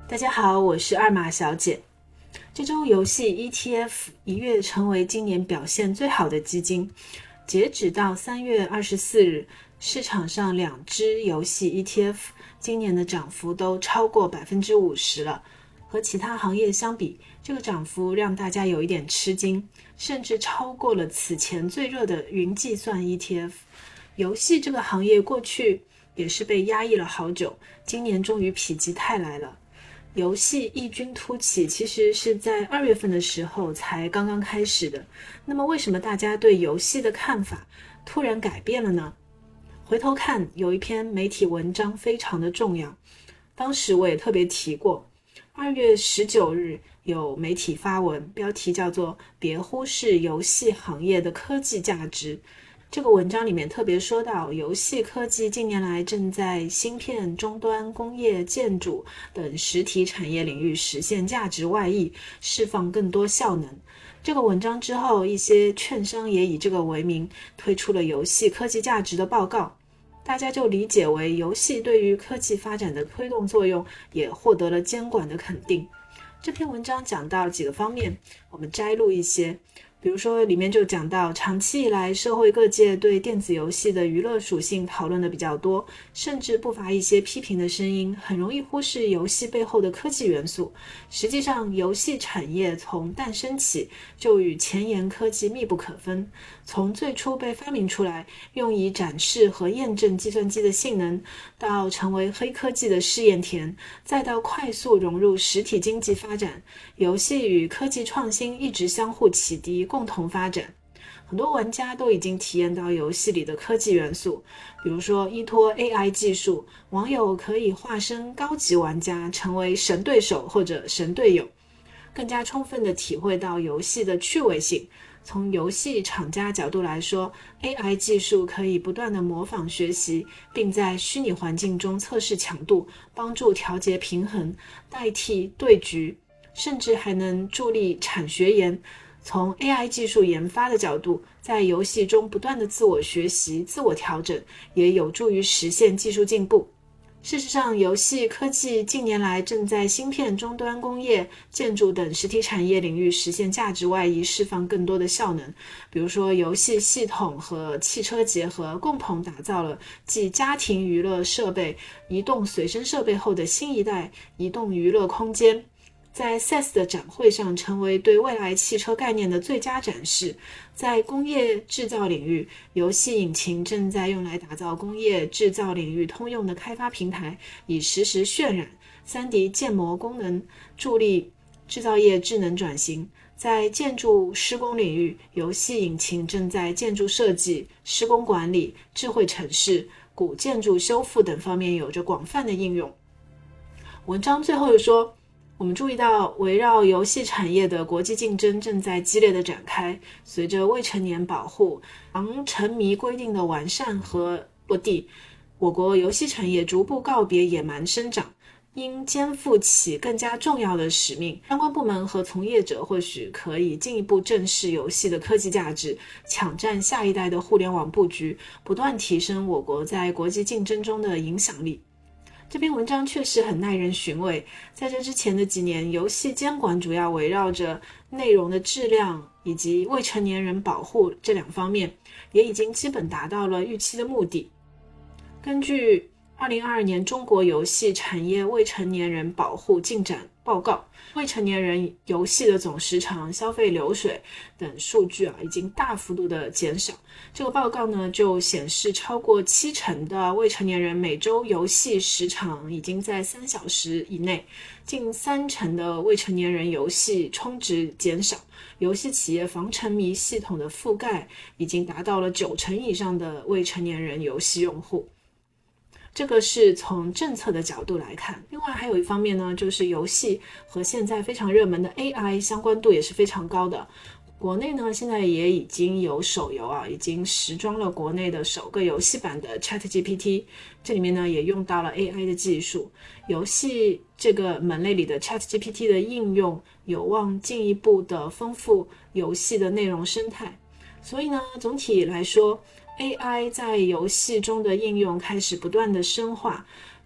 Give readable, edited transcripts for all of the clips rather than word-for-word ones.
大家好，我是二马小姐。这周游戏 ETF 一跃成为今年表现最好的基金。截止到3月24日，市场上2只游戏 ETF 今年的涨幅都超过 50% 了。和其他行业相比，这个涨幅让大家有一点吃惊，甚至超过了此前最热的云计算 ETF。游戏这个行业过去也是被压抑了好久，今年终于否极泰来了。游戏异军突起其实是在2月份的时候才刚刚开始的，那么为什么大家对游戏的看法突然改变了呢？回头看，有一篇媒体文章非常的重要，当时我也特别提过。2月19日有媒体发文，标题叫做别忽视游戏行业的科技价值。这个文章里面特别说到，游戏科技近年来正在芯片、终端、工业、建筑等实体产业领域实现价值外溢，释放更多效能。这个文章之后，一些券商也以这个为名推出了游戏科技价值的报告，大家就理解为游戏对于科技发展的推动作用也获得了监管的肯定。这篇文章讲到几个方面，我们摘录一些。比如说里面就讲到，长期以来社会各界对电子游戏的娱乐属性讨论的比较多，甚至不乏一些批评的声音，很容易忽视游戏背后的科技元素。实际上，游戏产业从诞生起就与前沿科技密不可分，从最初被发明出来用以展示和验证计算机的性能，到成为黑科技的试验田，再到快速融入实体经济发展，游戏与科技创新一直相互启迪，共同发展。很多玩家都已经体验到游戏里的科技元素，比如说依托 AI 技术，网友可以化身高级玩家，成为神对手或者神队友，更加充分地体会到游戏的趣味性。从游戏厂家角度来说， AI 技术可以不断地模仿学习，并在虚拟环境中测试强度，帮助调节平衡，代替对局，甚至还能助力产学研。从 AI 技术研发的角度，在游戏中不断的自我学习、自我调整，也有助于实现技术进步。事实上，游戏科技近年来正在芯片、终端工业、建筑等实体产业领域实现价值外移，释放更多的效能。比如说，游戏系统和汽车结合，共同打造了继家庭娱乐设备、移动随身设备后的新一代移动娱乐空间。在 CES 的展会上成为对未来汽车概念的最佳展示。在工业制造领域，游戏引擎正在用来打造工业制造领域通用的开发平台，以实时渲染、3D 建模功能助力制造业智能转型。在建筑施工领域，游戏引擎正在建筑设计、施工管理、智慧城市、古建筑修复等方面有着广泛的应用。文章最后又说，我们注意到围绕游戏产业的国际竞争正在激烈的展开，随着未成年保护、防沉迷规定的完善和落地，我国游戏产业逐步告别野蛮生长，应肩负起更加重要的使命。相关部门和从业者或许可以进一步正视游戏的科技价值，抢占下一代的互联网布局，不断提升我国在国际竞争中的影响力。这篇文章确实很耐人寻味。在这之前的几年，游戏监管主要围绕着内容的质量以及未成年人保护这2方面，也已经基本达到了预期的目的。根据2022年中国游戏产业未成年人保护进展报告，未成年人游戏的总时长、消费流水等数据已经大幅度的减少。这个报告呢，就显示超过70%的未成年人每周游戏时长已经在3小时以内，近30%的未成年人游戏充值减少，游戏企业防沉迷系统的覆盖已经达到了90%以上的未成年人游戏用户。这个是从政策的角度来看。另外还有一方面呢，就是游戏和现在非常热门的 AI 相关度也是非常高的。国内呢，现在也已经有手游已经实装了国内的首个游戏版的 ChatGPT， 这里面呢也用到了 AI 的技术。游戏这个门类里的 ChatGPT 的应用有望进一步的丰富游戏的内容生态。所以呢，总体来说，AI 在游戏中的应用开始不断的深化，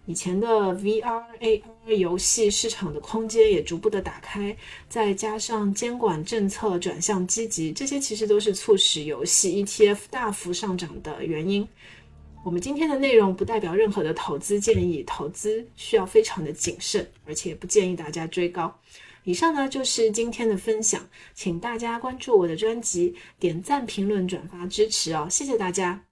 以前的 VR、AR 游戏市场的空间也逐步的打开，再加上监管政策转向积极，这些其实都是促使游戏 ETF 大幅上涨的原因。我们今天的内容不代表任何的投资建议，投资需要非常的谨慎，而且不建议大家追高。以上呢就是今天的分享，请大家关注我的专辑，点赞、评论、转发支持哦，谢谢大家。